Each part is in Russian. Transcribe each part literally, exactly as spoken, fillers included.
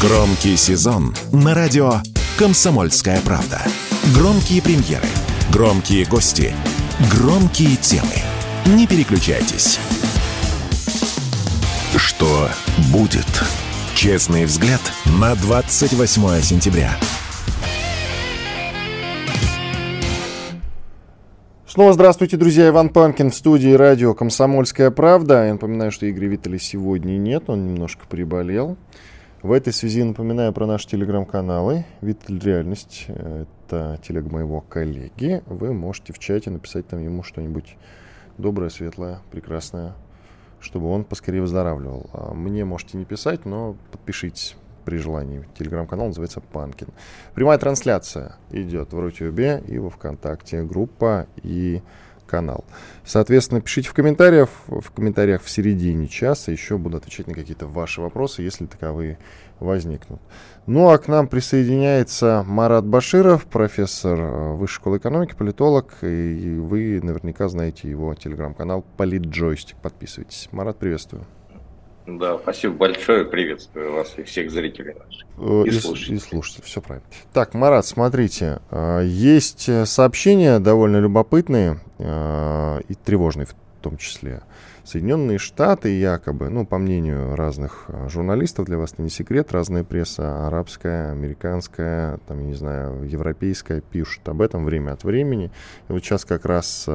Громкий сезон на радио «Комсомольская правда». Громкие премьеры, громкие гости, громкие темы. Не переключайтесь. Что будет? Честный взгляд на двадцать восьмое сентября. Снова здравствуйте, друзья. Иван Панкин в студии радио «Комсомольская правда». Я напоминаю, что Игоря Виттеля сегодня нет, он немножко приболел. В этой связи напоминаю про наши телеграм-каналы. Виттель Реальность — это телега моего коллеги. Вы можете в чате написать там ему что-нибудь доброе, светлое, прекрасное, чтобы он поскорее выздоравливал. Мне можете не писать, но подпишитесь при желании. Телеграм-канал называется Панкин. Прямая трансляция идет в Рутюбе и во ВКонтакте. Группа и канал. Соответственно, пишите в комментариях. В комментариях в середине часа еще буду отвечать на какие-то ваши вопросы, если таковые возникнут. Ну а к нам присоединяется Марат Баширов, профессор Высшей школы экономики, политолог. И вы наверняка знаете его телеграм-канал «Политджойстик». Подписывайтесь. Марат, приветствую. Да, спасибо большое, приветствую вас и всех зрителей наших. И, и слушателей. И слушателей, все правильно. Так, Марат, смотрите, есть сообщения довольно любопытные и тревожные в том числе. Соединенные Штаты якобы, ну, по мнению разных журналистов, для вас это не секрет, разная пресса, арабская, американская, там, я не знаю, европейская, пишут об этом время от времени. И вот сейчас как раз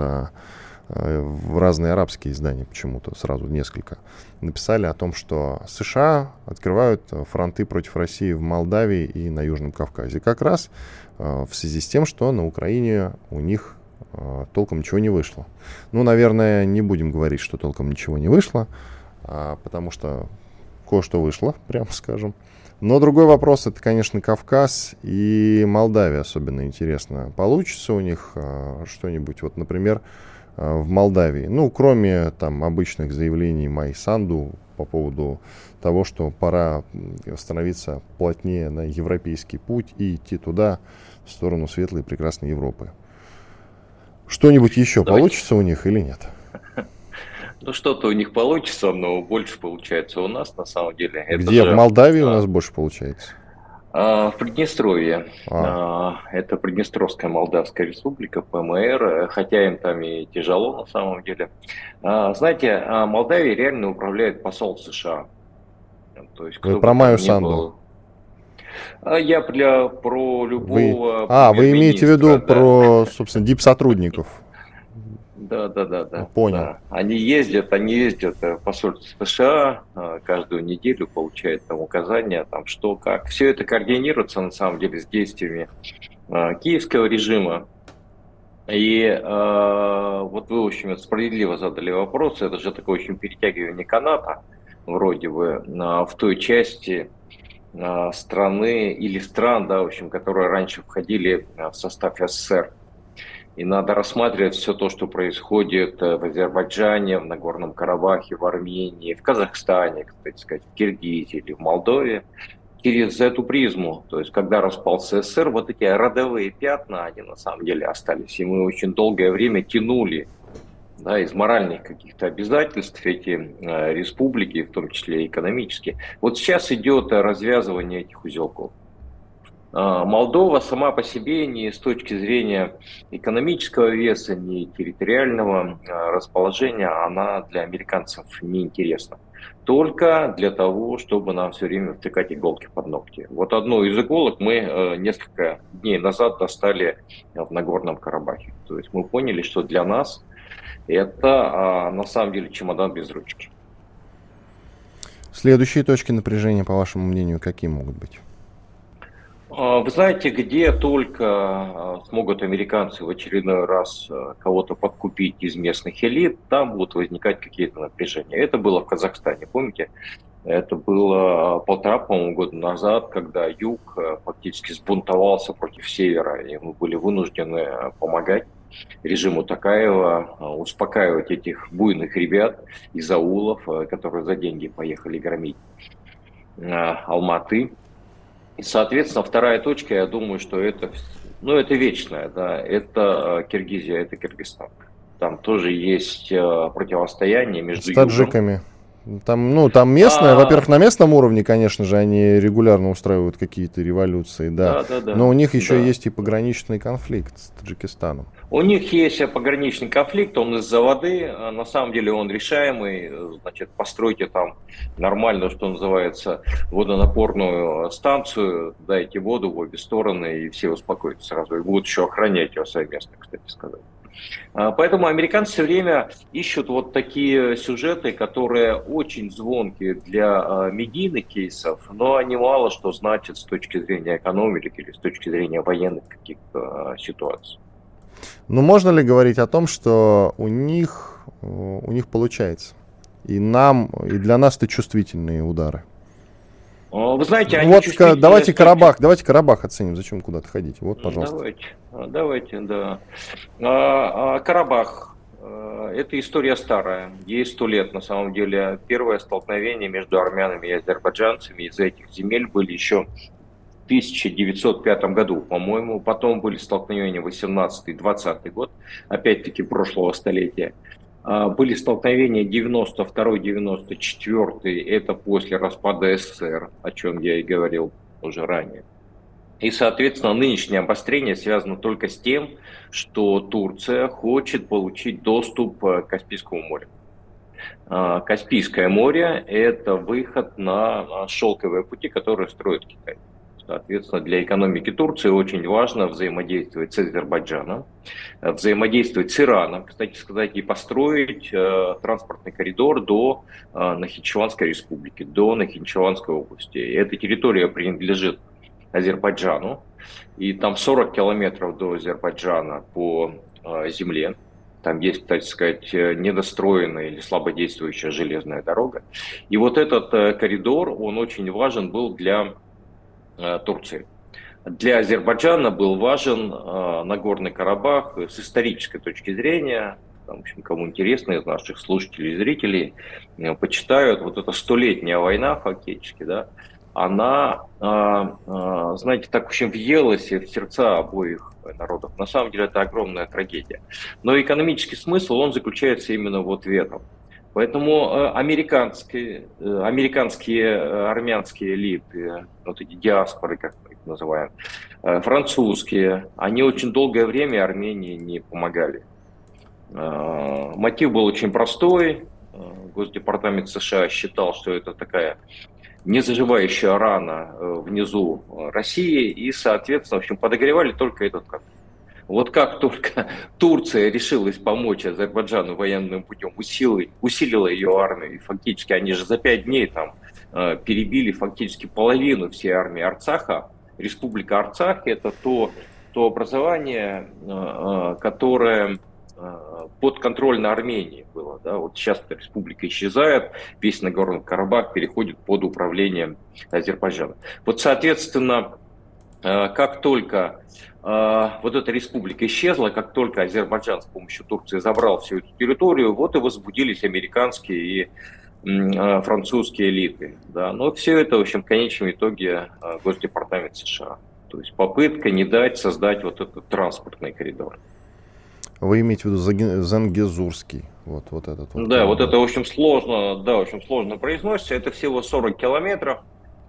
в разные арабские издания почему-то, сразу несколько, написали о том, что США открывают фронты против России в Молдавии и на Южном Кавказе. Как раз в связи с тем, что на Украине у них толком ничего не вышло. Ну, наверное, не будем говорить, что толком ничего не вышло, потому что кое-что вышло, прямо скажем. Но другой вопрос — это, конечно, Кавказ и Молдавия. Особенно интересно, получится у них что-нибудь, вот, например, в Молдавии. Ну, кроме там обычных заявлений Майи Санду по поводу того, что пора становиться плотнее на европейский путь и идти туда, в сторону светлой и прекрасной Европы. Что-нибудь еще Давайте. Получится у них или нет? Ну, что-то у них получится, но больше получается у нас, на самом деле. Где? Это в Молдавии же... у нас больше получается? В Приднестровье. А. Это Приднестровская Молдавская Республика, ПМР, хотя им там и тяжело на самом деле. Знаете, Молдавией реально управляет посол США. То есть, кто про Майю Санду? Был... Я для, про любого... Вы... А, вы имеете в виду да. про, собственно, дипсотрудников? Да, да, да, да. Понял. Да. Они ездят, они ездят в посольство США каждую неделю, получают там указания, там что, как. Все это координируется на самом деле с действиями э, киевского режима. И э, вот вы, в общем, справедливо задали вопрос, это же такое очень перетягивание каната, вроде бы, э, в той части э, страны или стран, да, в общем, которые раньше входили в состав СССР. И надо рассматривать все то, что происходит в Азербайджане, в Нагорном Карабахе, в Армении, в Казахстане, кстати сказать, в Киргизии или в Молдове, через эту призму. То есть, когда распался СССР, вот эти родовые пятна, они на самом деле остались. И мы очень долгое время тянули, да, из моральных каких-то обязательств эти э, республики, в том числе экономические. Вот сейчас идет развязывание этих узелков. Молдова сама по себе ни с точки зрения экономического веса, ни территориального расположения, она для американцев не интересна. Только для того, чтобы нам все время втыкать иголки под ногти. Вот одну из иголок мы несколько дней назад достали в Нагорном Карабахе. То есть мы поняли, что для нас это на самом деле чемодан без ручки. Следующие точки напряжения, по вашему мнению, какие могут быть? Вы знаете, где только смогут американцы в очередной раз кого-то подкупить из местных элит, там будут возникать какие-то напряжения. Это было в Казахстане, помните? Это было полтора, по-моему, года назад, когда Юг фактически сбунтовался против Севера, и мы были вынуждены помогать режиму Токаева, успокаивать этих буйных ребят из аулов, которые за деньги поехали громить Алматы. И, соответственно, вторая точка, я думаю, что это, ну, это вечная, да, это Киргизия, это Кыргызстан. Там тоже есть противостояние между с таджиками. Там, ну, там местное, А, во-первых, на местном уровне, конечно же, они регулярно устраивают какие-то революции, да. да, да, да, Но у них еще да. есть и пограничный конфликт с Таджикистаном. У них есть пограничный конфликт, он из-за воды, а на самом деле он решаемый, значит, постройте там нормальную, что называется, водонапорную станцию, дайте воду в обе стороны, и все успокоятся сразу, и будут еще охранять ее совместно, кстати сказать. Поэтому американцы все время ищут вот такие сюжеты, которые очень звонкие для медийных кейсов, но они мало что значат с точки зрения экономики или с точки зрения военных каких-то ситуаций. Ну, можно ли говорить о том, что у них, у них получается? И нам, и для нас это чувствительные удары. Вы знаете, они вот чувствительные... давайте Карабах, давайте Карабах оценим, зачем куда-то ходить. Вот, пожалуйста. Давайте, давайте, да. Карабах. Это история старая, ей сто лет на самом деле. Первое столкновение между армянами и азербайджанцами из этих земель были еще в тысяча девятьсот пятом году, по-моему. Потом были столкновения восемнадцатый-двадцатый год, опять-таки прошлого столетия. Были столкновения девяносто второй - девяносто четвёртый, это после распада СССР, о чем я и говорил уже ранее. И, соответственно, нынешнее обострение связано только с тем, что Турция хочет получить доступ к Каспийскому морю. Каспийское море – это выход на шелковые пути, которые строит Китай. Соответственно, для экономики Турции очень важно взаимодействовать с Азербайджаном, взаимодействовать с Ираном, кстати сказать, и построить э, транспортный коридор до э, Нахичеванской республики, до Нахичеванской области. И эта территория принадлежит Азербайджану, и там сорок километров до Азербайджана по э, земле. Там есть, так сказать, недостроенная или слабодействующая железная дорога. И вот этот э, коридор, он очень важен был для Турции. Для Азербайджана был важен э, Нагорный Карабах с исторической точки зрения. Там, в общем, кому интересно из наших слушателей и зрителей, э, почитают. Вот эта столетняя война фактически, да, она, э, э, знаете, так, в общем, въелась в сердца обоих народов. На самом деле это огромная трагедия. Но экономический смысл, он заключается именно вот в этом. Поэтому э, американские, э, американские э, армянские элиты, вот эти диаспоры, как мы их называем, э, французские, они очень долгое время Армении не помогали. Э, мотив был очень простой. Э, Госдепартамент США считал, что это такая незаживающая рана э, внизу России, и, соответственно, в общем, подогревали только этот конфликт. Вот как только Турция решилась помочь Азербайджану военным путем, усилила, усилила ее армию, и фактически они же за пять дней там э, перебили фактически половину всей армии Арцаха. Республика Арцах – это то, то образование, э, которое э, подконтрольно Армении было. Да? Вот сейчас эта республика исчезает, весь Нагорный Карабах переходит под управление Азербайджана. Вот, соответственно, э, как только вот эта республика исчезла, как только Азербайджан с помощью Турции забрал всю эту территорию, вот и возбудились американские и французские элиты. Да. Но все это, в общем, в конечном итоге Госдепартамент США. То есть попытка не дать создать вот этот транспортный коридор. Вы имеете в виду Зангезурский? Вот, вот этот вот. Да, вот это, в общем, сложно, да, в общем, сложно произносится. Это всего сорок километров.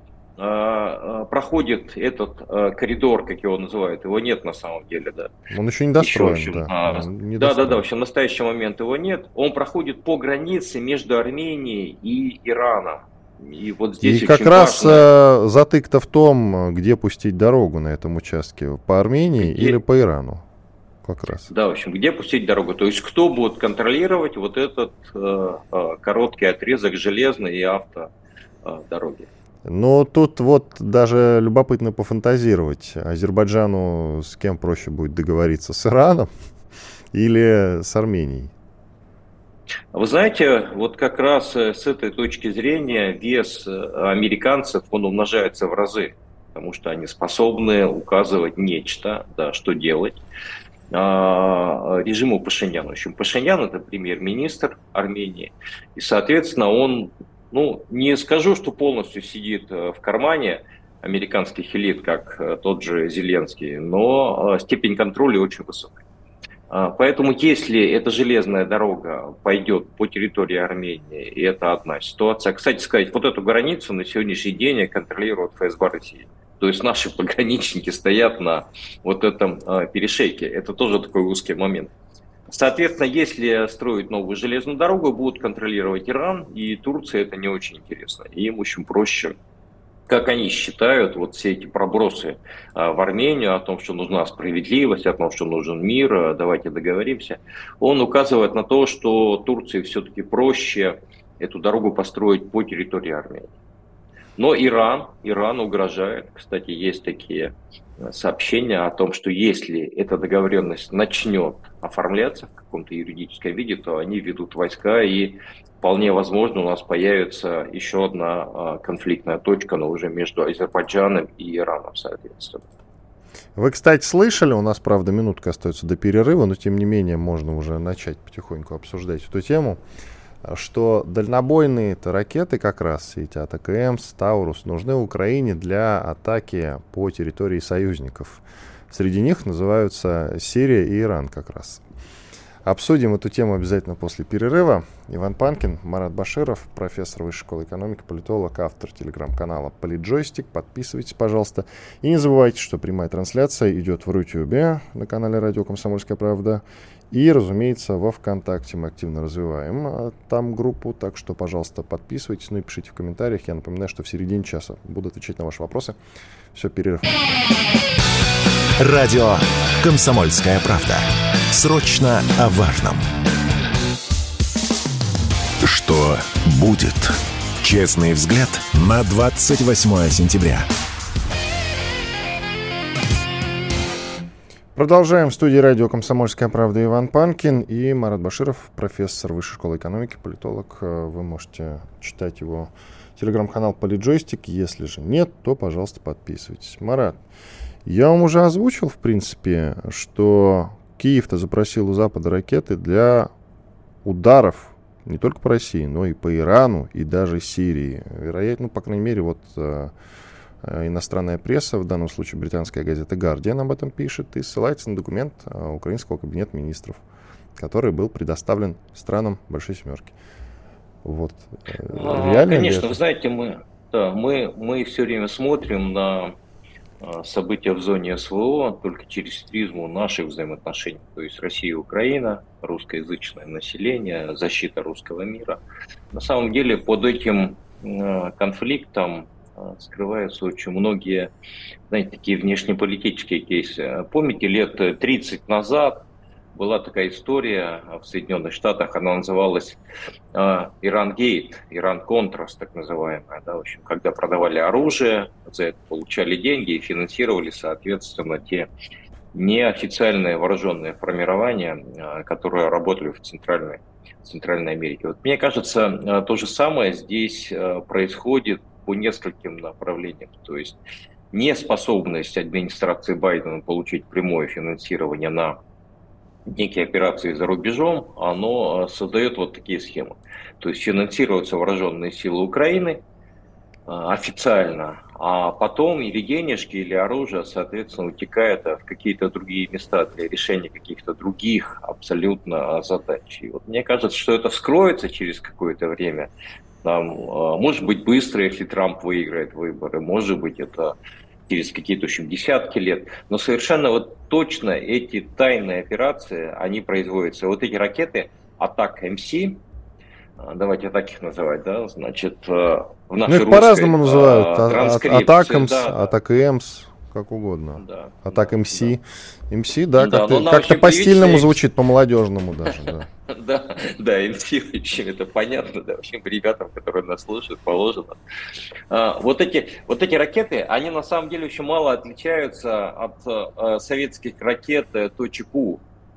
Проходит этот коридор, как его называют, его нет на самом деле, да. Он еще не достроен, еще, да. А, не да, достроен. да, да, в общем, в настоящий момент его нет. Он проходит по границе между Арменией и Ираном. И вот здесь и как очень раз важно... затык-то в том, где пустить дорогу на этом участке, по Армении где... или по Ирану. Как раз. Да, в общем, где пустить дорогу. То есть кто будет контролировать вот этот э, э, короткий отрезок железной и автодороги. Но тут вот даже любопытно пофантазировать. Азербайджану с кем проще будет договориться? С Ираном или с Арменией? Вы знаете, вот как раз с этой точки зрения вес американцев, он умножается в разы, потому что они способны указывать нечто, да, что делать режиму Пашиняна. В общем, Пашинян – это премьер-министр Армении, и, соответственно, он... Ну, не скажу, что полностью сидит в кармане американских элит, как тот же Зеленский, но степень контроля очень высокая. Поэтому если эта железная дорога пойдет по территории Армении, и это одна ситуация. Кстати сказать, вот эту границу на сегодняшний день контролирует ФСБ России. То есть наши пограничники стоят на вот этом перешейке. Это тоже такой узкий момент. Соответственно, если строить новую железную дорогу, будут контролировать Иран, и Турция это не очень интересно. Им очень проще, как они считают, вот все эти пробросы а, в Армению о том, что нужна справедливость, о том, что нужен мир, давайте договоримся, он указывает на то, что Турции все-таки проще эту дорогу построить по территории Армении. Но Иран, Иран угрожает, кстати, есть такие сообщения о том, что если эта договоренность начнет оформляться в каком-то юридическом виде, то они ведут войска, и вполне возможно у нас появится еще одна конфликтная точка, но уже между Азербайджаном и Ираном, соответственно. Вы, кстати, слышали, у нас, правда, минутка остается до перерыва, но тем не менее можно уже начать потихоньку обсуждать эту тему, что дальнобойные-то ракеты как раз, эти АТАКМС, Таурус, нужны Украине для атаки по территории союзников. Среди них называются Сирия и Иран как раз. Обсудим эту тему обязательно после перерыва. Иван Панкин, Марат Баширов, профессор Высшей школы экономики, политолог, автор телеграм-канала «Политджойстик». Подписывайтесь, пожалуйста. И не забывайте, что прямая трансляция идет в Рутюбе на канале «Радио Комсомольская правда». И, разумеется, во ВКонтакте мы активно развиваем там группу. Так что, пожалуйста, подписывайтесь, ну и пишите в комментариях. Я напоминаю, что в середине часа буду отвечать на ваши вопросы. Все, перерыв. Радио «Комсомольская правда». Срочно о важном. Что будет? Честный взгляд на двадцать восьмое сентября. Продолжаем. В студии радио «Комсомольская правда» Иван Панкин и Марат Баширов, профессор Высшей школы экономики, политолог. Вы можете читать его телеграм-канал «Политджойстик». Если же нет, то, пожалуйста, подписывайтесь. Марат, я вам уже озвучил, в принципе, что Киев-то запросил у Запада ракеты для ударов не только по России, но и по Ирану, и даже Сирии. Вероятно, ну, по крайней мере, вот э, иностранная пресса, в данном случае британская газета «Гардиан» об этом пишет и ссылается на документ э, украинского кабинета министров, который был предоставлен странам Большой Семерки. Вот. Реально Конечно, вы знаете, мы, да, мы, мы все время смотрим на события в зоне СВО только через призму наших взаимоотношений. То есть Россия и Украина, русскоязычное население, защита русского мира. На самом деле под этим конфликтом скрываются очень многие, знаете, такие внешнеполитические кейсы. Помните, лет тридцать назад была такая история в Соединенных Штатах, она называлась Иран-гейт, Иран-контрас, так называемая, да, в общем, когда продавали оружие, за это получали деньги и финансировали, соответственно, те неофициальные вооруженные формирования, которые работали в Центральной, Центральной Америке. Вот мне кажется, то же самое здесь происходит по нескольким направлениям, то есть неспособность администрации Байдена получить прямое финансирование на некие операции за рубежом, оно создает вот такие схемы. То есть финансируются вооруженные силы Украины официально, а потом или денежки, или оружие, соответственно, утекает в какие-то другие места для решения каких-то других абсолютно задач. И вот мне кажется, что это вскроется через какое-то время. Там, может быть, быстро, если Трамп выиграет выборы, может быть, это через какие-то, в общем, десятки лет. Но совершенно вот точно эти тайные операции, они производятся. Вот эти ракеты АТАК-МС, давайте так их называть, да, значит, в нашей ну, их по-разному называют. АТАК-МС, да, АТАК-МС, как угодно. Да, АТАК-МС. Да. МС, да, да, как-то, как-то по-стильному звучит, по-молодежному даже, да. Да, да, МС, в общем, это понятно, да, в общем, ребятам, которые нас слушают, положено. А, вот эти, вот эти ракеты, они на самом деле очень мало отличаются от а, советских ракет точек У.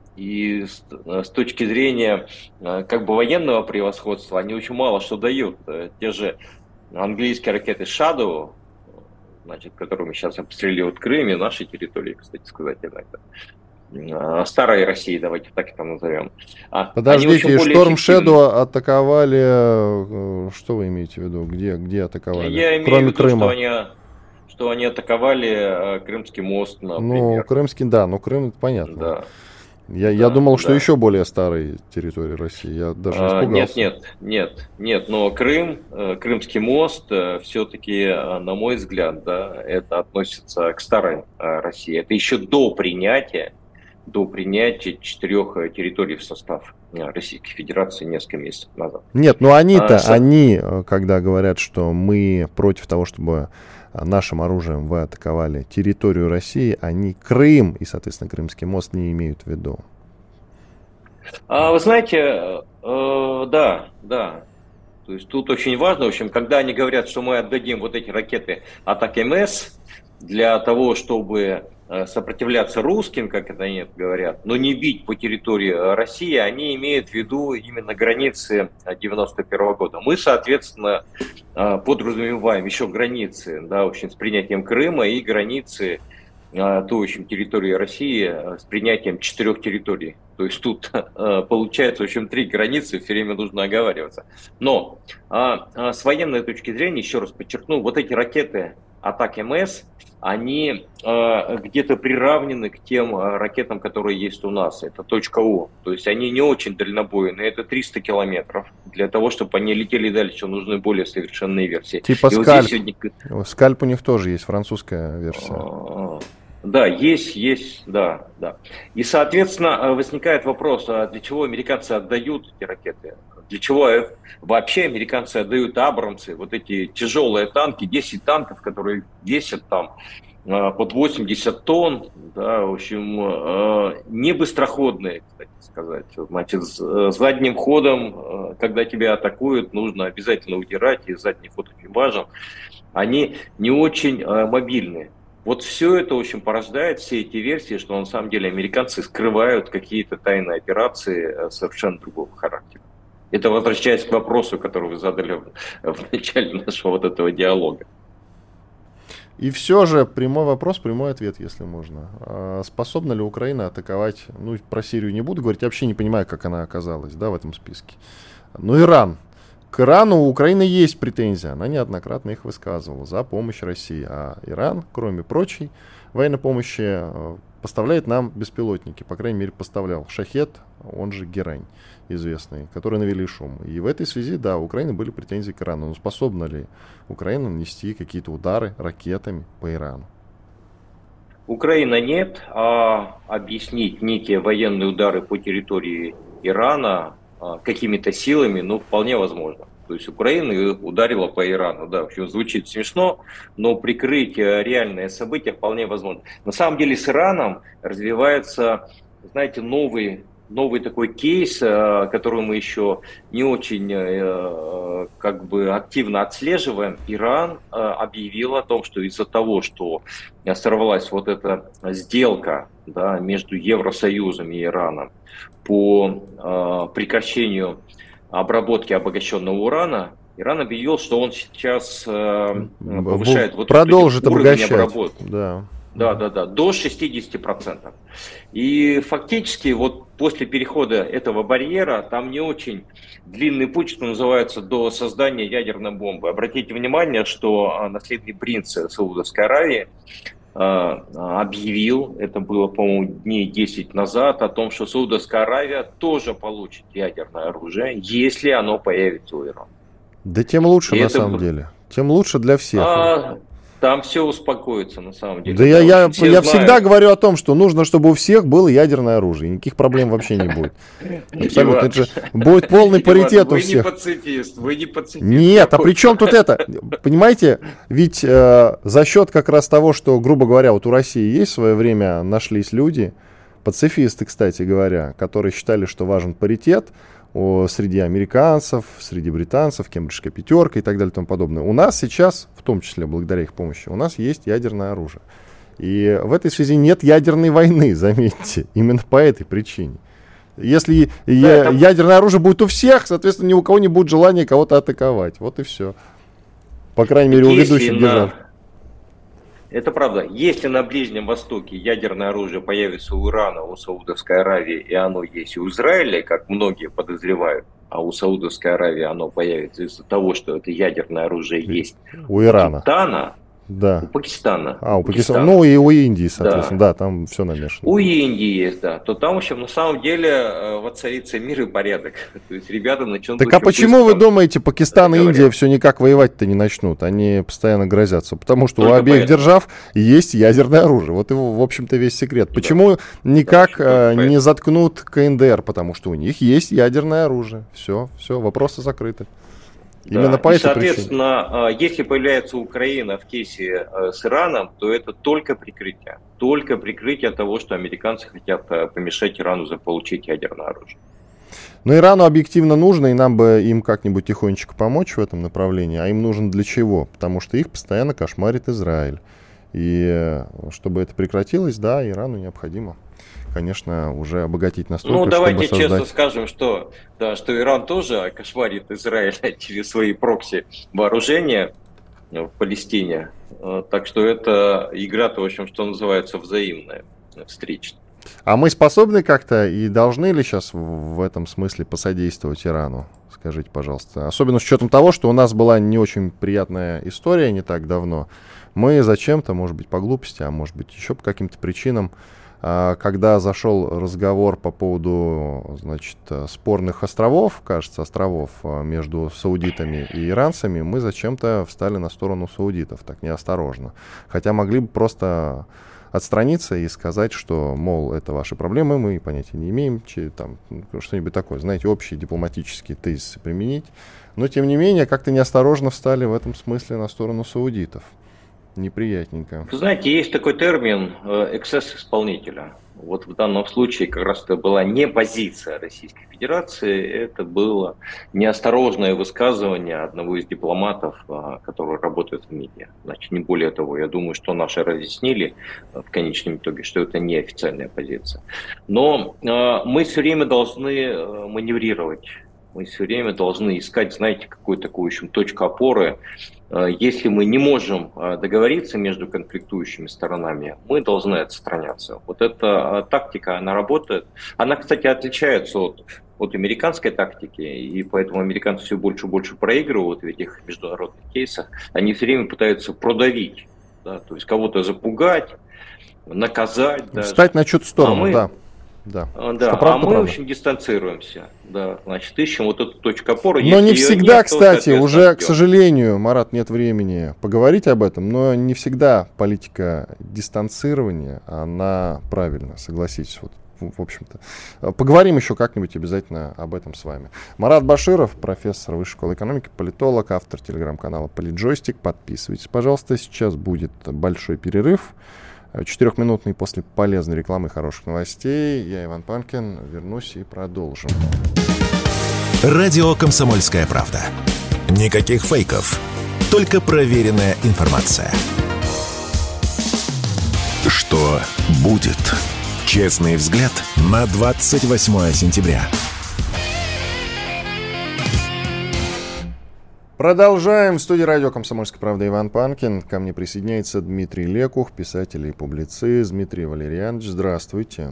И с, с точки зрения а, как бы военного превосходства, они очень мало что дают. Те же английские ракеты Shadow, значит, которыми сейчас обстреливают Крым и наши территории, кстати сказать, иногда. Старой России, давайте так это назовем. Подождите, Storm Shadow атаковали, что вы имеете в виду, где, где атаковали? Я имею Кроме в виду, Крыма. Что они, что они атаковали Крымский мост, например. Ну, Крымский, да, но Крым, это понятно. Да. Я, Да, я думал, что да. еще более старые территории России. Я даже А, испугался. Нет, нет, нет, нет, но Крым, э, Крымский мост, все-таки, на мой взгляд, да, это относится к старой э, России. Это еще до принятия, до принятия четырех э, территорий в состав э, Российской Федерации несколько месяцев назад. Нет, ну они-то, А, со- они, э, когда говорят, что мы против того, чтобы э, нашим оружием вы атаковали территорию России, они Крым и, соответственно, Крымский мост не имеют в виду. а, Вы знаете, э, да, да. То есть тут очень важно, в общем, когда они говорят, что мы отдадим вот эти ракеты Атак-МС для того, чтобы э, сопротивляться русским, как это они говорят, но не бить по территории России, они имеют в виду именно границы девяносто первого года. Мы, соответственно, э, подразумеваем еще границы, да, в общем, с принятием Крыма и границы э, той, в общем, территории России э, с принятием четырех территорий. То есть тут э, получается, в общем, три границы, все время нужно оговариваться. Но а, а, с военной точки зрения, еще раз подчеркну, вот эти ракеты Атак-МС, они э, где-то приравнены к тем э, ракетам, которые есть у нас. Это точка О. То есть они не очень дальнобойные, это триста километров. Для того, чтобы они летели дальше, нужны более совершенные версии. Типа И вот скальп. здесь сегодня- Скальп у них тоже есть, французская версия. А, Да, есть, есть, да, да. И, соответственно, возникает вопрос, а для чего американцы отдают эти ракеты? Для чего э, вообще американцы отдают Абрамсы, вот эти тяжелые танки, десять танков, которые весят там э, под восемьдесят тонн, да, в общем, э, не быстроходные, кстати сказать. Значит, с э, задним ходом, э, когда тебя атакуют, нужно обязательно удирать, и задний ход очень важен. Они не очень э, мобильные. Вот все это, в общем, порождает все эти версии, что на самом деле американцы скрывают какие-то тайные операции э, совершенно другого характера. Это возвращаясь к вопросу, который вы задали в, в начале нашего вот этого диалога. И все же прямой вопрос, прямой ответ, если можно. А способна ли Украина атаковать, ну, про Сирию не буду говорить, я вообще не понимаю, как она оказалась, да, в этом списке. Но Иран. К Ирану у Украины есть претензии, она неоднократно их высказывала за помощь России. А Иран, кроме прочей военной помощи, поставляет нам беспилотники, по крайней мере, поставлял Шахед, он же Герань, известный, которые навели шум. И в этой связи, да, у Украины были претензии к Ирану. Но способна ли Украина нанести какие-то удары ракетами по Ирану? Украина нет, а объяснить некие военные удары по территории Ирана а, какими-то силами, ну, вполне возможно. То есть Украина ударила по Ирану, да, в общем, звучит смешно, но прикрыть реальные события вполне возможно. На самом деле с Ираном развивается, знаете, новый, новый такой кейс, который мы еще не очень как бы активно отслеживаем. Иран объявил о том, что из-за того, что сорвалась вот эта сделка, да, между Евросоюзом и Ираном по прекращению обработки обогащенного урана, Иран объявил, что он сейчас э, повышает вот продолжит уровень обогащать. обработки. Да. Да, да, да, до шестидесяти процентов. И фактически вот после перехода этого барьера там не очень длинный путь, что называется, до создания ядерной бомбы. Обратите внимание, что наследный принц Саудовской Аравии объявил, это было, по-моему, дней десять назад, о том, что Саудовская Аравия тоже получит ядерное оружие, если оно появится у Ирана. Да тем лучше, И на это... самом деле. Тем лучше для всех. А, там все успокоится, на самом деле. Да, я, я, все я знают. всегда говорю о том, что нужно, чтобы у всех было ядерное оружие. Никаких проблем вообще не будет. Абсолютно. Это же будет полный паритет у всех. Вы не пацифист, вы не пацифист. Нет, а при чем тут это? Понимаете, ведь э, за счет как раз того, что, грубо говоря, вот у России есть в свое время нашлись люди, пацифисты, кстати говоря, которые считали, что важен паритет о, среди американцев, среди британцев, кембриджская пятерка и так далее и тому подобное. У нас сейчас, в том числе благодаря их помощи, у нас есть ядерное оружие. И в этой связи нет ядерной войны, заметьте, именно по этой причине. Если да, я, это... ядерное оружие будет у всех, соответственно, ни у кого не будет желания кого-то атаковать. Вот и все. По крайней мере, у ведущих держав. На... Это правда. Если на Ближнем Востоке ядерное оружие появится у Ирана, у Саудовской Аравии, и оно есть у Израиля, как многие подозревают, а у Саудовской Аравии оно появится из-за того, что это ядерное оружие есть у Ирана. Пакистана, Да. У Пакистана. А, у Пакистана. Ну и у Индии, соответственно, да, да там все намешано. У Индии есть, да. То там, в общем, на самом деле э, воцарится мир и порядок. То есть ребята начнут... Так а почему вы думаете, Пакистан и Индия все никак воевать-то не начнут? Они постоянно грозятся. Потому что Только у обеих поэтому. держав есть ядерное оружие. Вот его, в общем-то, весь секрет. Почему да. никак да, э, не заткнут КНДР? Потому что у них есть ядерное оружие. Все, все, вопросы закрыты. Именно да. по и, этой соответственно, причине. Если появляется Украина в кейсе с Ираном, то это только прикрытие. Только прикрытие того, что американцы хотят помешать Ирану заполучить ядерное оружие. Но Ирану объективно нужно, и нам бы им как-нибудь тихонечко помочь в этом направлении. А им нужно для чего? Потому что их постоянно кошмарит Израиль. И чтобы это прекратилось, да, Ирану необходимо, конечно, уже обогатить настолько, ну, давайте чтобы создать... честно скажем, что, да, что Иран тоже кошмарит Израиль через свои прокси-вооружения в Палестине. Так что это игра-то, в общем, что называется, взаимная, встречная. А мы способны как-то и должны ли сейчас в этом смысле посодействовать Ирану? Скажите, пожалуйста. Особенно с учетом того, что у нас была не очень приятная история не так давно. Мы зачем-то, может быть, по глупости, а может быть, еще по каким-то причинам, когда зашел разговор по поводу, значит, спорных островов, кажется, островов между саудитами и иранцами, мы зачем-то встали на сторону саудитов, так неосторожно. Хотя могли бы просто отстраниться и сказать, что, мол, это ваши проблемы, мы понятия не имеем, чи, там, что-нибудь такое, знаете, общие дипломатические тезисы применить. Но, тем не менее, как-то неосторожно встали в этом смысле на сторону саудитов. Неприятненько. Вы знаете, есть такой термин «эксцесс исполнителя». Вот в данном случае как раз это была не позиция Российской Федерации, это было неосторожное высказывание одного из дипломатов, который работает в МИДе. Значит, не более того, я думаю, что наши разъяснили в конечном итоге, что это не официальная позиция. Но мы все время должны маневрировать. Мы все время должны искать, знаете, какую-то такую, в общем, точку опоры. Если мы не можем договориться между конфликтующими сторонами, мы должны отстраняться. Вот эта тактика, она работает. Она, кстати, отличается от, от американской тактики, и поэтому американцы все больше и больше проигрывают в этих международных кейсах. Они все время пытаются продавить, да, то есть кого-то запугать, наказать. Встать даже. На чью-то сторону, а мы, да. Да, да. а мы, в общем, дистанцируемся. Да, значит, ищем вот эту точку опоры. Но не всегда, нет, кстати, уже, идет. К сожалению, Марат, нет времени поговорить об этом, но не всегда политика дистанцирования, она правильна, согласитесь, вот, в общем-то. Поговорим еще как-нибудь обязательно об этом с вами. Марат Баширов, профессор Высшей школы экономики, политолог, автор телеграм-канала «Политджойстик». Подписывайтесь, пожалуйста. Сейчас будет большой перерыв. Четырехминутный после полезной рекламы и хороших новостей. Я Иван Панкин. Вернусь и продолжим. Радио «Комсомольская правда». Никаких фейков. Только проверенная информация. Что будет? Честный взгляд на двадцать восьмое сентября. Продолжаем. В студии радио «Комсомольская правда» Иван Панкин. Ко мне присоединяется Дмитрий Лекух, писатель и публицист. Дмитрий Валерьянович, здравствуйте.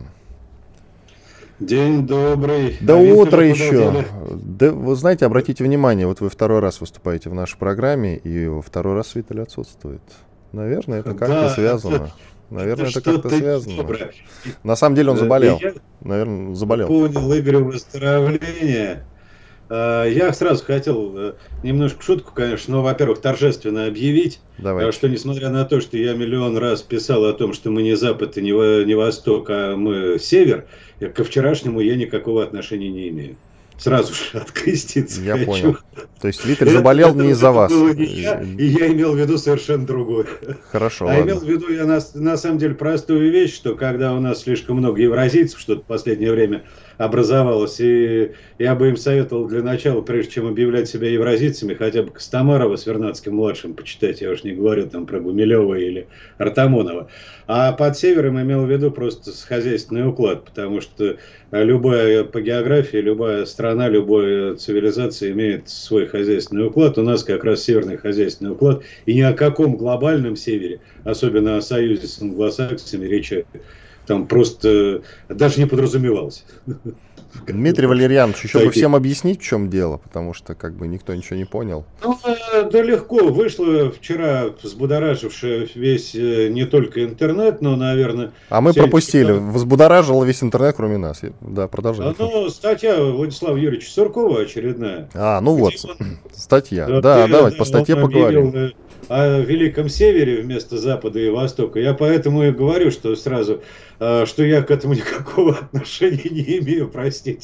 День добрый. До а утра еще. Да, вы знаете, обратите внимание, вот вы второй раз выступаете в нашей программе, и во второй раз Виталий отсутствует. Наверное, это как-то да, связано. Это, Наверное, это, это как-то связано. Доброе. На самом деле он заболел. Я Наверное, заболел. Понял, Игорю, выздоровление. Я сразу хотел немножко шутку, конечно, но, во-первых, торжественно объявить, Давайте. что, несмотря на то, что я миллион раз писал о том, что мы не Запад и не Восток, а мы Север, ко вчерашнему я никакого отношения не имею. Сразу же откреститься Я хочу. понял. То есть Виталь заболел это, не из-за вас. Не я, и я имел в виду совершенно другое. Хорошо, А ладно. имел в виду я на, на самом деле простую вещь, что когда у нас слишком много евразийцев, что-то в последнее время образовалось, и я бы им советовал для начала, прежде чем объявлять себя евразийцами, хотя бы Костомарова с Вернадским-младшим почитать, я уж не говорю там про Гумилева или Артамонова. А под севером имел в виду просто хозяйственный уклад, потому что любая по географии, любая страна, любая цивилизация имеет свой хозяйственный уклад. У нас как раз северный хозяйственный уклад. И ни о каком глобальном севере, особенно о союзе с англосаксами, речи там просто даже не подразумевалось. Дмитрий Валерьянович, еще бы всем объяснить, в чем дело, потому что как бы никто ничего не понял. Ну, да легко. Вышло вчера взбудоражившее весь не только интернет, но, наверное... А мы пропустили. Эти... Взбудоражило весь интернет, кроме нас. Да, продолжаем. Ну, статья Владислава Юрьевича Суркова очередная. А, ну вот, он... статья. Да, да, давайте по статье поговорим. О Великом Севере вместо Запада и Востока. Я поэтому и говорю, что сразу, что я к этому никакого отношения не имею, простите.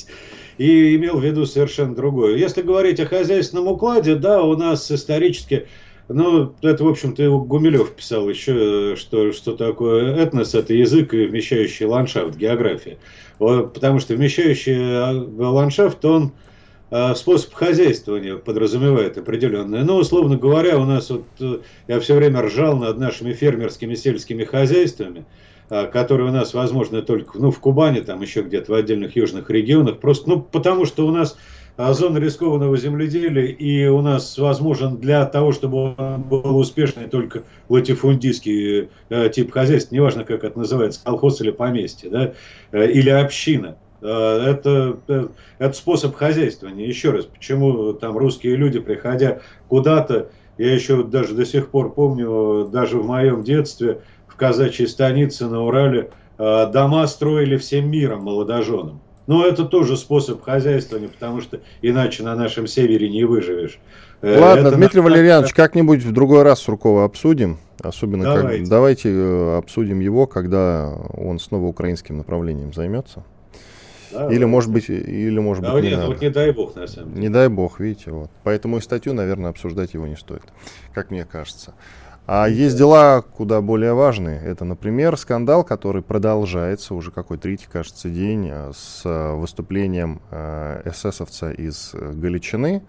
И имел в виду совершенно другое. Если говорить о хозяйственном укладе, да, у нас исторически, ну, это, в общем-то, и Гумилев писал еще, что, что такое этнос, это язык, вмещающий ландшафт, география. Потому что вмещающий ландшафт, он способ хозяйствования подразумевает определенное. Но, условно говоря, у нас вот, я все время ржал над нашими фермерскими сельскими хозяйствами, которые у нас возможны только ну, в Кубани, там еще где-то в отдельных южных регионах, просто ну, потому что у нас зона рискованного земледелия, и у нас возможен для того, чтобы он был успешный только латифундистский тип хозяйства, неважно, как это называется, колхоз или поместье, да, или община. Это, это способ хозяйствования. Еще раз, почему там русские люди, приходя куда-то, я еще даже до сих пор помню, даже в моем детстве, в казачьей станице на Урале, дома строили всем миром молодоженам. Но это тоже способ хозяйствования, потому что иначе на нашем севере не выживешь. Ладно, это Дмитрий на... Валерьянович, как-нибудь в другой раз Суркова обсудим. Особенно давайте. Как... давайте обсудим его, когда он снова украинским направлением займется. Да, или, может быть, или, может да, быть, нет, не надо. Вот не дай бог, на самом деле. Не дай бог, видите, вот. Поэтому и статью, наверное, обсуждать его не стоит, как мне кажется. А да. Есть дела куда более важные. Это, например, скандал, который продолжается уже какой третий, кажется, день с выступлением эсэсовца из Галичины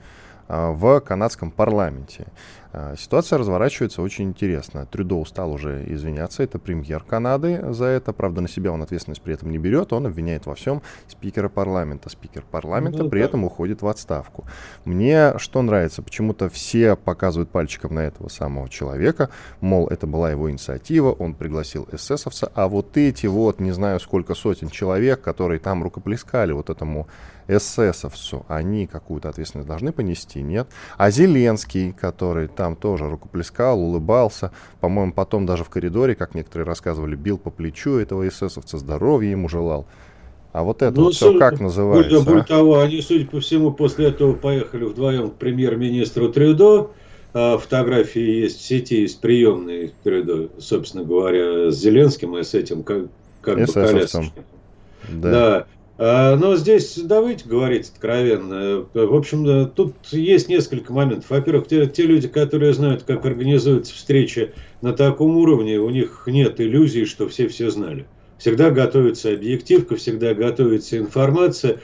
в канадском парламенте. Ситуация разворачивается очень интересно. Трюдо стал уже извиняться, это премьер Канады за это. Правда, на себя он ответственность при этом не берет, он обвиняет во всем спикера парламента. Спикер парламента ну, при да. этом уходит в отставку. Мне что нравится, почему-то все показывают пальчиком на этого самого человека, мол, это была его инициатива, он пригласил эсэсовца, а вот эти вот, не знаю сколько сотен человек, которые там рукоплескали вот этому эсэсовцу, они какую-то ответственность должны понести, нет? А Зеленский, который там тоже рукоплескал, улыбался, по-моему, потом даже в коридоре, как некоторые рассказывали, бил по плечу этого эсэсовца, здоровья ему желал. А вот это ну, вот все как называется? Более а? того, они, судя по всему, после этого поехали вдвоем к премьер-министру Трюдо. Фотографии есть в сети из приемной Трюдо, собственно говоря, с Зеленским и с этим как, как бы колясочкой. Да. да. Но здесь давайте говорить откровенно. В общем, тут есть несколько моментов. Во-первых, те, те люди, которые знают, как организуются встречи на таком уровне, у них нет иллюзий, что все все знали. Всегда готовится объективка, всегда готовится информация.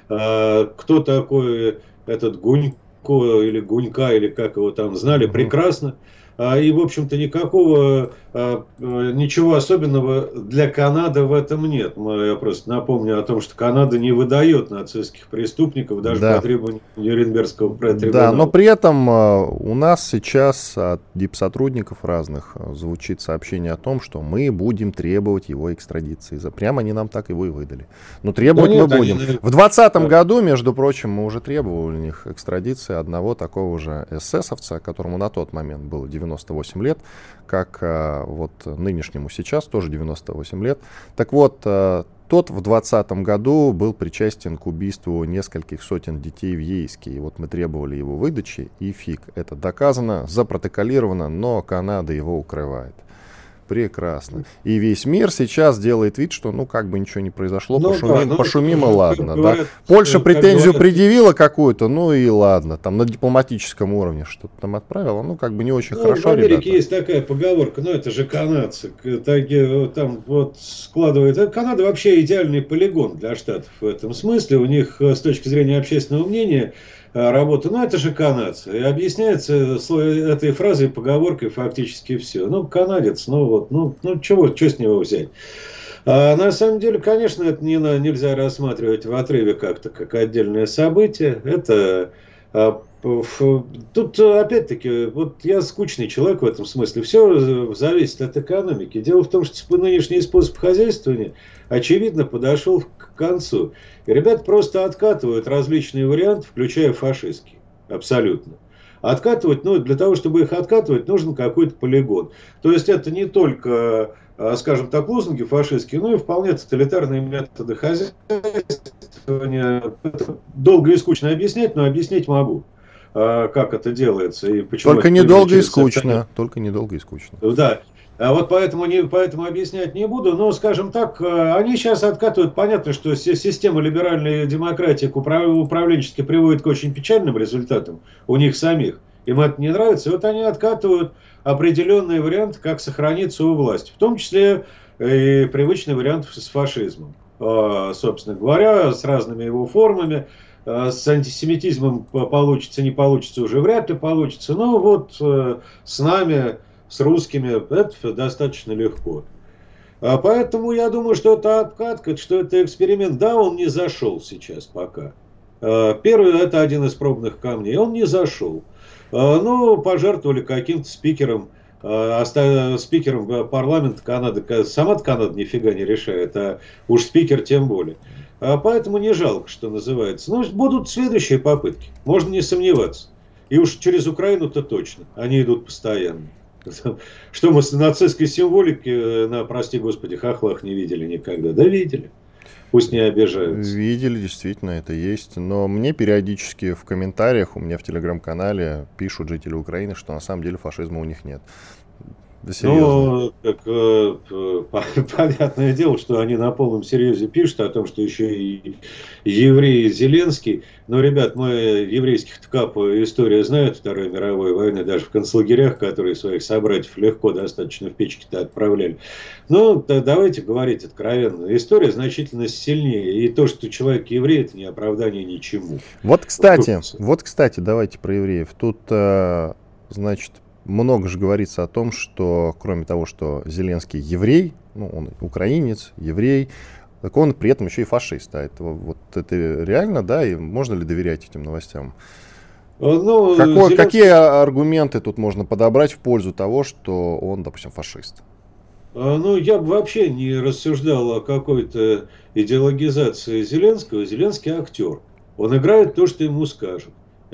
Кто такой этот Гунько или Гунька, или как его там знали, прекрасно. И, в общем-то, никакого, ничего особенного для Канады в этом нет. Я просто напомню о том, что Канада не выдает нацистских преступников даже да. по требованию Нюрнбергского трибунала. Да, но при этом у нас сейчас от дипсотрудников разных звучит сообщение о том, что мы будем требовать его экстрадиции. Прямо они нам так его и выдали. Но требовать нет, мы будем. Они... В двадцатом да. году, между прочим, мы уже требовали у них экстрадиции одного такого же эсэсовца, которому на тот момент было девяносто восемь лет, как а, вот нынешнему сейчас, тоже девяносто восемь лет. Так вот, а, тот в двадцатом году был причастен к убийству нескольких сотен детей в Ейске. И вот мы требовали его выдачи, и фиг. Это доказано, запротоколировано, но Канада его укрывает. Прекрасно. И весь мир сейчас делает вид, что ну как бы ничего не произошло, ну, пошумим, да, ну, пошумим и ладно. Да? Говорят, Польша претензию говорят... предъявила какую-то, ну и ладно, там на дипломатическом уровне что-то там отправила, ну как бы не очень ну, хорошо, в Америке ребята. Есть такая поговорка, ну это же канадцы, там вот складывают. Канада вообще идеальный полигон для Штатов в этом смысле, у них с точки зрения общественного мнения работа, ну это же канадцы. И объясняется этой фразой, поговоркой фактически все. Ну, канадец, ну вот, ну, ну чего, что с него взять? А на самом деле, конечно, это не, нельзя рассматривать в отрыве как-то как отдельное событие. Это а, Тут, опять-таки, вот я скучный человек в этом смысле. Все зависит от экономики. Дело в том, что нынешний способ хозяйствования, очевидно, подошел к концу. И ребята просто откатывают различные варианты, включая фашистские. Абсолютно. Откатывать, ну, для того, чтобы их откатывать, нужен какой-то полигон. То есть это не только, скажем так, лозунги фашистские, но и вполне тоталитарные методы хозяйствования. Это долго и скучно объяснять, но объяснить могу, как это делается. И почему только недолго и скучно. Это... Только недолго и скучно. Да. А вот поэтому, не, поэтому объяснять не буду. Но, скажем так, они сейчас откатывают. Понятно, что система либеральной демократии управленчески приводит к очень печальным результатам у них самих. Им это не нравится. И вот они откатывают определенные варианты, как сохраниться у власти. В том числе и привычный вариант с фашизмом. Собственно говоря, с разными его формами. С антисемитизмом получится, не получится, уже вряд ли получится. Но вот с нами... С русскими это достаточно легко. А поэтому я думаю, что это откатка, что это эксперимент. Да, он не зашел сейчас пока. Первый, это один из пробных камней. Он не зашел. Ну, пожертвовали каким-то спикером, спикером парламента Канады. Сама-то Канада нифига не решает, а уж спикер тем более. Поэтому не жалко, что называется. Но будут следующие попытки. Можно не сомневаться. И уж через Украину-то точно. Они идут постоянно. Что мы с нацистской символики на, прости господи, хохлах не видели никогда? Да видели. Пусть не обижаются. Видели, действительно, это есть. Но мне периодически в комментариях, у меня в телеграм-канале пишут жители Украины, что на самом деле фашизма у них нет. Да, ну, как, э, понятное дело, что они на полном серьезе пишут о том, что еще и евреи Зеленский. Но, ребят, мы еврейских ткап история знают Второй мировой войны, даже в концлагерях, которые своих собратьев легко достаточно в печки-то отправляли. Ну, да, давайте говорить откровенно. История значительно сильнее. И то, что человек еврей, это не оправдание ничему. Вот, кстати, вот, кстати, давайте про евреев. Тут, значит... Много же говорится о том, что кроме того, что Зеленский еврей, ну, он украинец, еврей, так он при этом еще и фашист. А это, вот, это реально, да, и можно ли доверять этим новостям? Ну, Какой, Зеленский... Какие аргументы тут можно подобрать в пользу того, что он, допустим, фашист? Ну, я бы вообще не рассуждал о какой-то идеологизации Зеленского. Зеленский актер. Он играет то, что ему скажут.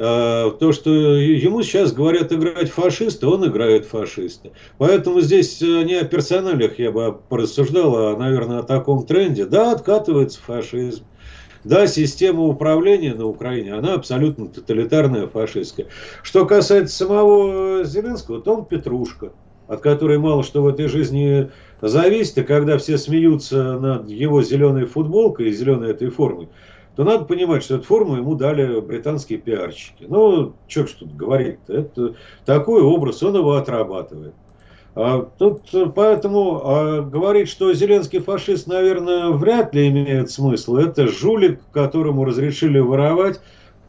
То, что ему сейчас говорят играть фашиста, он играет фашиста. Поэтому здесь не о персоналиях я бы порассуждал, а, наверное, о таком тренде. Да, откатывается фашизм. Да, система управления на Украине, она абсолютно тоталитарная, фашистская. Что касается самого Зеленского, то он петрушка, от которой мало что в этой жизни зависит. И когда все смеются над его зеленой футболкой и зеленой этой формой, то надо понимать, что эту форму ему дали британские пиарщики. Ну, что ж тут говорить-то? Это такой образ, он его отрабатывает. А тут поэтому а, говорить, что Зеленский фашист, наверное, вряд ли имеет смысл. Это жулик, которому разрешили воровать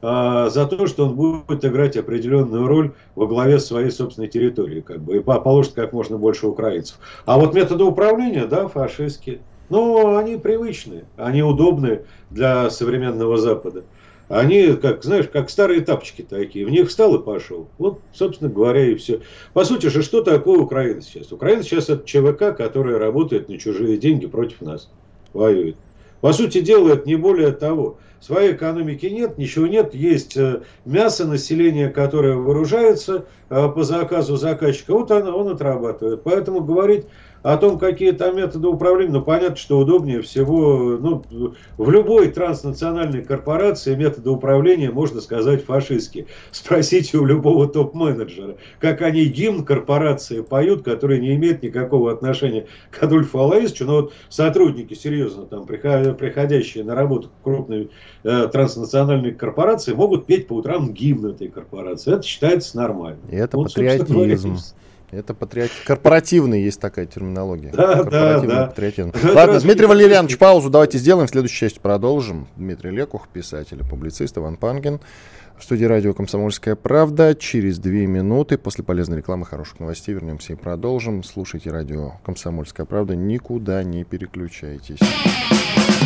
а, за то, что он будет играть определенную роль во главе своей собственной территории. Как бы, и положит как можно больше украинцев. А вот методы управления, да, фашистские. Но они привычные, они удобные для современного Запада. Они, как, знаешь, как старые тапочки такие. В них встал и пошел. Вот, собственно говоря, и все. По сути же, что такое Украина сейчас? Украина сейчас это ЧВК, которая работает на чужие деньги против нас. Воюет. По сути дела, это не более того. Своей экономики нет, ничего нет. Есть мясо, население, которое вооружается по заказу заказчика. Вот он, он отрабатывает. Поэтому говорить о том, какие там методы управления, ну, понятно, что удобнее всего, ну, в любой транснациональной корпорации методы управления, можно сказать, фашистские. Спросите у любого топ-менеджера, как они гимн корпорации поют, который не имеет никакого отношения к Адольфу Алаисовичу, но вот сотрудники, серьезно, там, приходящие на работу к крупной э, транснациональной корпорации, могут петь по утрам гимн этой корпорации. Это считается нормально. И это вот, патриотизм. Это патриот... корпоративный, есть такая терминология. Да, да, да. Патриотизм. Ладно, Дмитрий Валерьянович, паузу давайте сделаем. В следующей части продолжим. Дмитрий Лекух, писатель и публицист, Иван Панкин. В студии радио «Комсомольская правда». Через две минуты после полезной рекламы, хороших новостей вернемся и продолжим. Слушайте радио «Комсомольская правда». Никуда не переключайтесь.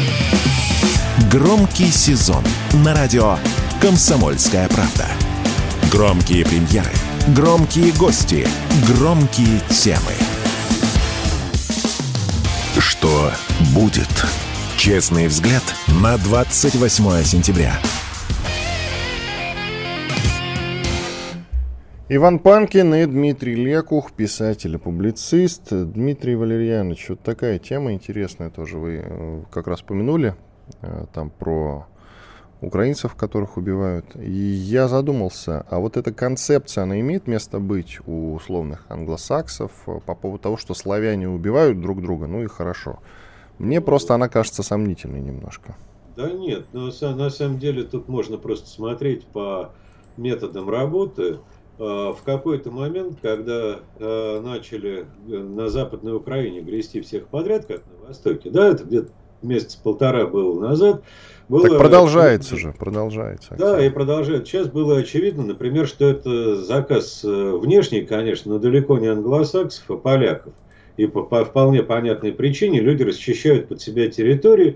Громкий сезон на радио «Комсомольская правда». Громкие премьеры, громкие гости, громкие темы. Что будет? Честный взгляд на двадцать восьмое сентября. Иван Панкин и Дмитрий Лекух, писатель и публицист. Дмитрий Валерьянович, вот такая тема интересная тоже. Вы как раз упомянули там про украинцев, которых убивают. И я задумался, а вот эта концепция, она имеет место быть у условных англосаксов по поводу того, что славяне убивают друг друга, ну и хорошо. Мне просто она кажется сомнительной немножко. Да нет, но на самом деле тут можно просто смотреть по методам работы. В какой-то момент, когда начали на Западной Украине грести всех подряд, как на Востоке, да, это где-то месяц полтора был назад. Было, так продолжается же, продолжается. Да, и продолжает. Сейчас было очевидно, например, что это заказ внешний, конечно, но далеко не англосаксов, а поляков. И по, по вполне понятной причине люди расчищают под себя территории,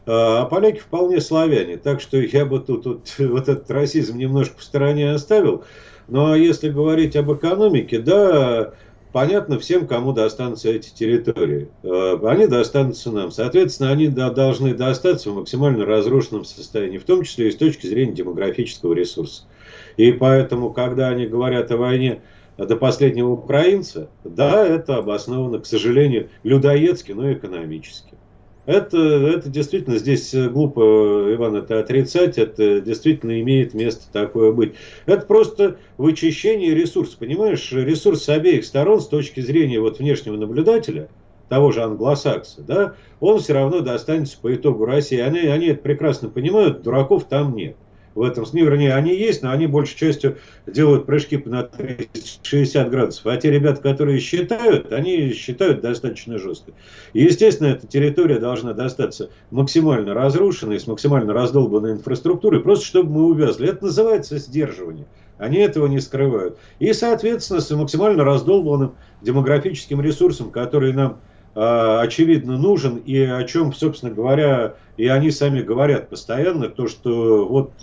а поляки вполне славяне. Так что я бы тут, тут вот этот расизм немножко в стороне оставил. Ну а если говорить об экономике, да, понятно всем, кому достанутся эти территории. Они достанутся нам. Соответственно, они должны достаться в максимально разрушенном состоянии, в том числе и с точки зрения демографического ресурса. И поэтому, когда они говорят о войне до последнего украинца, да, это обосновано, к сожалению, людоедски, но экономически. Это, это действительно, здесь глупо, Иван, это отрицать, это действительно имеет место такое быть. Это просто вычищение ресурсов, понимаешь, ресурс с обеих сторон с точки зрения вот внешнего наблюдателя, того же англосакса, да, он все равно достанется по итогу России. Они, они это прекрасно понимают, дураков там нет. В этом смысле, вернее, они есть, но они большей частью делают прыжки на триста шестьдесят градусов. А те ребята, которые считают, они считают достаточно жестко. И, естественно, эта территория должна достаться максимально разрушенной, с максимально раздолбанной инфраструктурой, просто чтобы мы увязли. Это называется сдерживание. Они этого не скрывают. И, соответственно, с максимально раздолбанным демографическим ресурсом, который нам очевидно нужен, и о чем, собственно говоря, и они сами говорят постоянно, то, что вот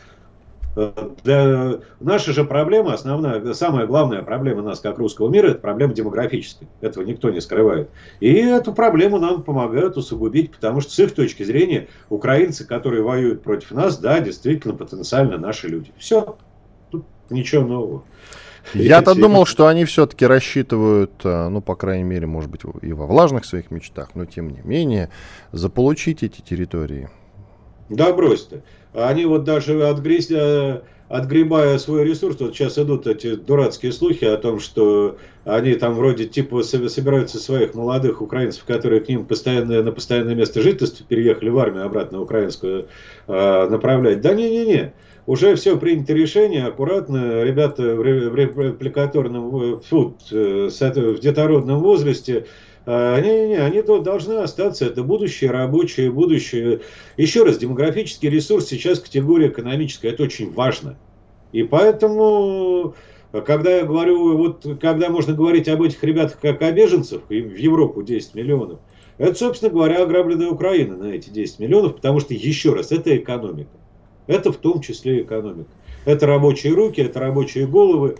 для... наша же проблема, основная, самая главная проблема нас, как русского мира, это проблема демографическая. Этого никто не скрывает. И эту проблему нам помогают усугубить, потому что с их точки зрения украинцы, которые воюют против нас, да, действительно потенциально наши люди. Все. Тут ничего нового. Я-то думал, что они все-таки рассчитывают, ну, по крайней мере, может быть, и во влажных своих мечтах, но тем не менее, заполучить эти территории. Да брось ты. Они вот даже отгрести, отгребая свой ресурс, вот сейчас идут эти дурацкие слухи о том, что они там вроде типа собираются своих молодых украинцев, которые к ним постоянно, на постоянное место жительства переехали в армию обратно украинскую, направлять. Да не-не-не. Уже все принято решение, аккуратно, ребята в репликаторном, фу, в детородном возрасте, не-не-не, они тут должны остаться, это будущее рабочее, будущее. Еще раз, демографический ресурс сейчас категория экономическая, это очень важно. И поэтому, когда я говорю, вот когда можно говорить об этих ребятах как о беженцах, и в Европу десять миллионов, это, собственно говоря, ограбленная Украина на эти десять миллионов, потому что, еще раз, это экономика. Это в том числе экономика. Это рабочие руки, это рабочие головы,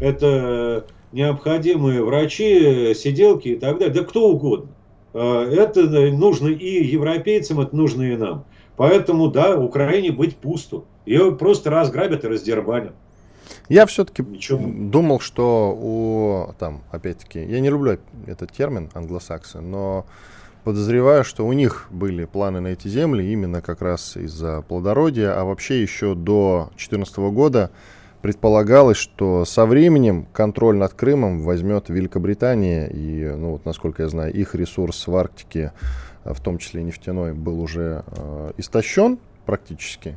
это необходимые врачи, сиделки и так далее. Да кто угодно. Это нужно и европейцам, это нужно и нам. Поэтому, да, Украине быть пусто. Ее просто разграбят и раздербанят. Я все-таки Ничего. думал, что у, там, опять-таки, я не люблю этот термин англосаксы, но подозреваю, что у них были планы на эти земли именно как раз из-за плодородия, а вообще еще до две тысячи четырнадцатого года предполагалось, что со временем контроль над Крымом возьмет Великобритания, и, ну вот, насколько я знаю, их ресурс в Арктике, в том числе нефтяной, был уже э, истощен практически,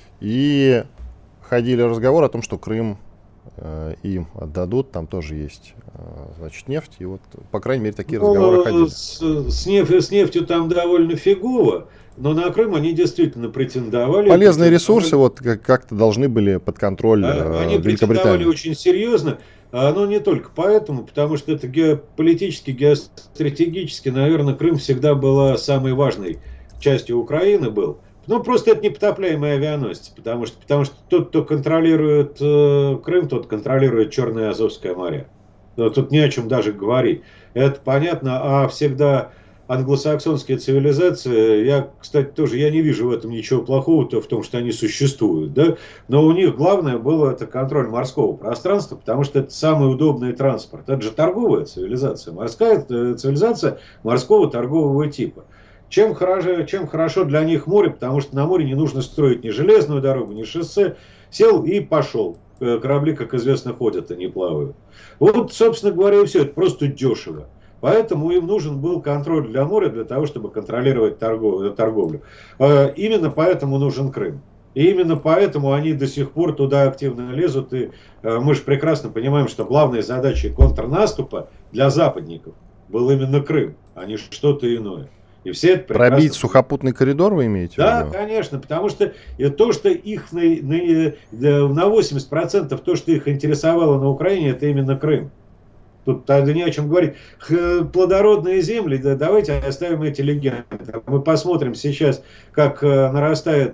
и ходили разговоры о том, что Крым э, им отдадут, там тоже есть, э, значит, нефть, и вот, по крайней мере, такие ну, разговоры ходили. С, с, неф, с нефтью там довольно фигово, но на Крым они действительно претендовали. Полезные ресурсы вот как- как-то должны были под контроль э, они Великобритании. Претендовали очень серьезно, но не только поэтому, потому что это геополитически, геостратегически, наверное, Крым всегда была самой важной частью Украины был. Ну, просто это непотопляемые авианосцы, потому что, потому что тот, кто контролирует э, Крым, тот контролирует Черное и Азовское море. Но тут не о чем даже говорить. Это понятно, а всегда англосаксонские цивилизации, я, кстати, тоже я не вижу в этом ничего плохого-то в том, что они существуют, да? Но у них главное было это контроль морского пространства, потому что это самый удобный транспорт. Это же торговая цивилизация, морская цивилизация морского торгового типа. Чем хорошо, чем хорошо для них море, потому что на море не нужно строить ни железную дорогу, ни шоссе. Сел и пошел. Корабли, как известно, ходят, а не плавают. Вот, собственно говоря, и все. Это просто дешево. Поэтому им нужен был контроль для моря, для того, чтобы контролировать торговлю. торговлю. Именно поэтому нужен Крым. И именно поэтому они до сих пор туда активно лезут. И мы же прекрасно понимаем, что главной задачей контрнаступа для западников был именно Крым, а не что-то иное. И все это прекрасно... Пробить сухопутный коридор вы имеете да, в виду? Да, конечно, потому что то, что их на, на, на восемьдесят процентов, то, что их интересовало на Украине, это именно Крым. Тут тогда не о чем говорить. Плодородные земли, да, давайте оставим эти легенды. Мы посмотрим сейчас, как нарастает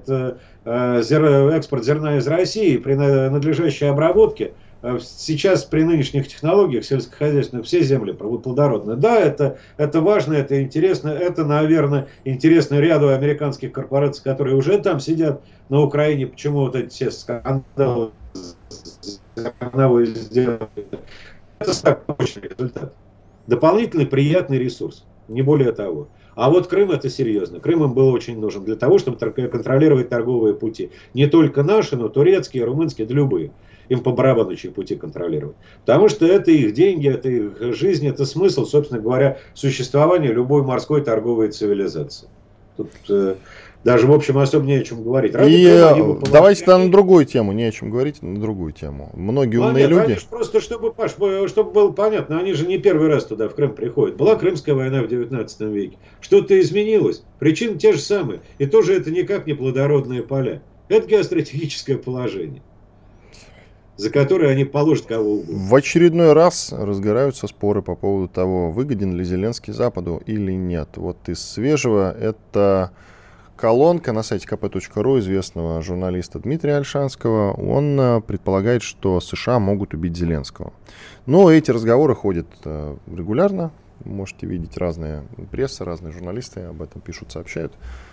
экспорт зерна из России при надлежащей обработке. Сейчас при нынешних технологиях сельскохозяйственных все земли плодородные. Да, это, это важно, это интересно. Это, наверное, интересно ряду американских корпораций, которые уже там сидят на Украине. Почему вот эти все скандалы зерновые сделали. Это точный результат. Дополнительный приятный ресурс. Не более того. А вот Крым это серьезно. Крым им был очень нужен для того, чтобы контролировать торговые пути. Не только наши, но турецкие, румынские, да любые. Им по барабану чьи пути контролировать. Потому что это их деньги, это их жизнь, это смысл, собственно говоря, существования любой морской торговой цивилизации. Тут э, даже, в общем, особо не о чем говорить. Ради И Крыма, давайте тогда на другую тему, не о чем говорить, на другую тему. Многие ну, умные нет, люди... Они же просто, чтобы, Паш, чтобы было понятно, они же не первый раз туда, в Крым, приходят. Была Крымская война в девятнадцатом веке. Что-то изменилось. Причины те же самые. И тоже это никак не плодородные поля. Это геостратегическое положение, за которые они положат кого угодно. В очередной раз разгораются споры по поводу того, выгоден ли Зеленский Западу или нет. Вот из свежего это колонка на сайте ка пэ точка ру известного журналиста Дмитрия Ольшанского. Он предполагает, что США могут убить Зеленского. Но эти разговоры ходят регулярно. Можете видеть разные прессы, разные журналисты об этом пишут, сообщают.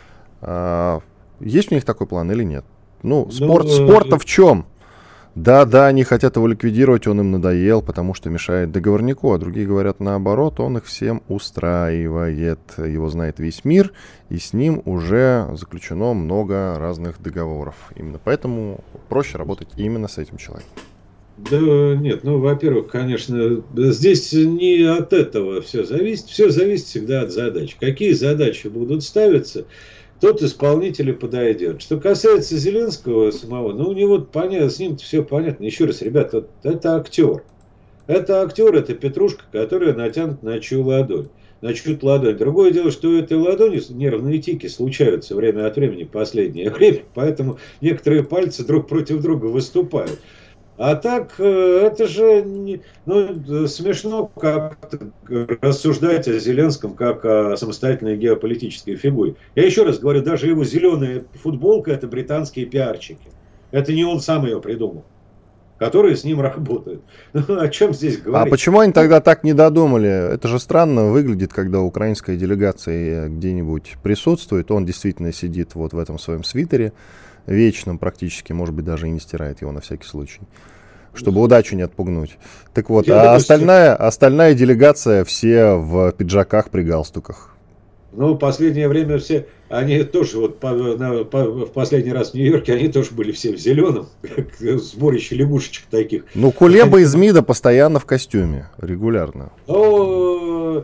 Есть у них такой план или нет? Ну, спорт, ну, спор-то в чем? Да-да, они хотят его ликвидировать, он им надоел, потому что мешает договорнику, а другие говорят наоборот, он их всем устраивает, его знает весь мир, и с ним уже заключено много разных договоров. Именно поэтому проще работать именно с этим человеком. Да нет, ну, во-первых, конечно, здесь не от этого все зависит, все зависит всегда от задач. Какие задачи будут ставиться, тот исполнитель и подойдет. Что касается Зеленского самого, ну, у него понятно, с ним все понятно. Еще раз, ребята, это актер. Это актер, это петрушка, которая натянута на чью ладонь. На чью-то ладонь. Другое дело, что у этой ладони нервные тики случаются время от времени, последнее время, поэтому некоторые пальцы друг против друга выступают. А так, это же не, ну, смешно как-то рассуждать о Зеленском как о самостоятельной геополитической фигуре. Я еще раз говорю, даже его зеленая футболка – это британские пиарщики. Это не он сам ее придумал, которые с ним работают. Ну, о чем здесь говорить? А почему они тогда так не додумали? Это же странно выглядит, когда украинская делегация где-нибудь присутствует. Он действительно сидит вот в этом своем свитере вечном практически, может быть, даже и не стирает его на всякий случай, чтобы удачу не отпугнуть. Так вот, Я а остальная, остальная делегация все в пиджаках при галстуках. Ну, в последнее время все, они тоже, вот по, на, по, в последний раз в Нью-Йорке, они тоже были все в зеленом, как сборище лягушечек таких. Ну, Кулеба из МИДа постоянно в костюме, регулярно. Ну,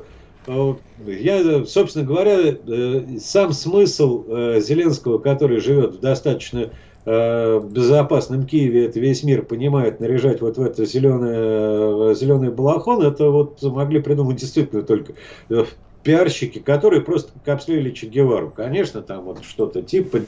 я, собственно говоря, сам смысл Зеленского, который живет в достаточно безопасном Киеве, это весь мир понимает, наряжать вот в это зеленое, зеленый балахон, это вот могли придумать действительно только пиарщики, которые просто капслили Че Гевару. Конечно, там вот что-то типа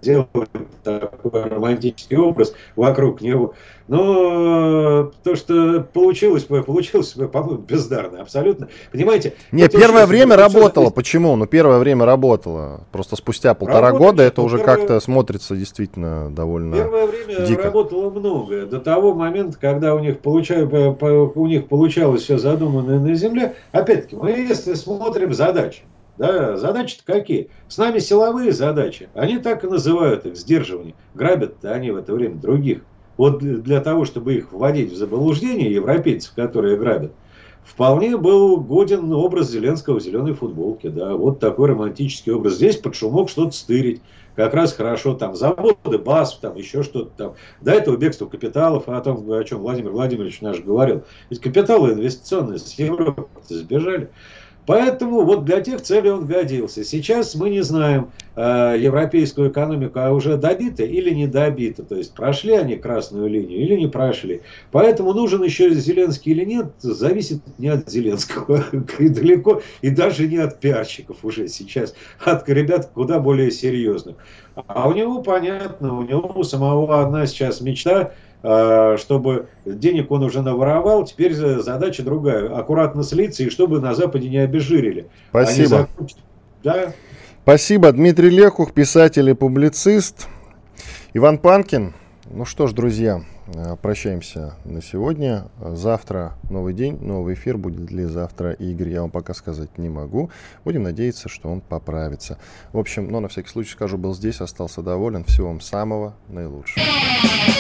сделали такой романтический образ вокруг него. Но то, что получилось, получилось, по-моему, бездарно, абсолютно. Понимаете? Не, первое время работало. Почему? Ну, первое время работало. Просто спустя полтора Работа, года это уже первое... как-то смотрится действительно довольно Первое время дико. Работало много. До того момента, когда у них, получали, у них получалось все задуманное на земле. Опять-таки, мы если смотрим задачи. Да, задачи-то какие? С нами силовые задачи. Они так и называют их, сдерживание. Грабят-то они в это время других. Вот для того, чтобы их вводить в заблуждение, европейцев, которые грабят, вполне был годен образ Зеленского в зеленой футболке. Да, вот такой романтический образ. Здесь под шумок что-то стырить. Как раз хорошо, там, заводы, БАСФ, там, еще что-то там. До этого бегство капиталов, о том, о чем Владимир Владимирович наш говорил. Ведь капиталы инвестиционные с Европы сбежали. Поэтому вот для тех целей он годился. Сейчас мы не знаем, э, европейскую экономику а уже добита или не добита. То есть прошли они красную линию или не прошли. Поэтому нужен еще Зеленский или нет, зависит не от Зеленского и далеко, и даже не от пиарщиков уже сейчас, от ребят куда более серьезных. А у него понятно, у него у самого одна сейчас мечта, чтобы денег он уже наворовал, теперь задача другая. Аккуратно слиться, и чтобы на Западе не обезжирили. Спасибо. Закончат... Да. Спасибо. Дмитрий Лекух, писатель и публицист. Иван Панкин. Ну что ж, друзья, прощаемся на сегодня. Завтра новый день, новый эфир. Будет ли завтра Игорь, я вам пока сказать не могу. Будем надеяться, что он поправится. В общем, но на всякий случай скажу, был здесь, остался доволен. Всего вам самого наилучшего.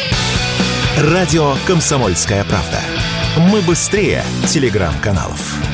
Радио «Комсомольская правда». Мы быстрее телеграм-каналов.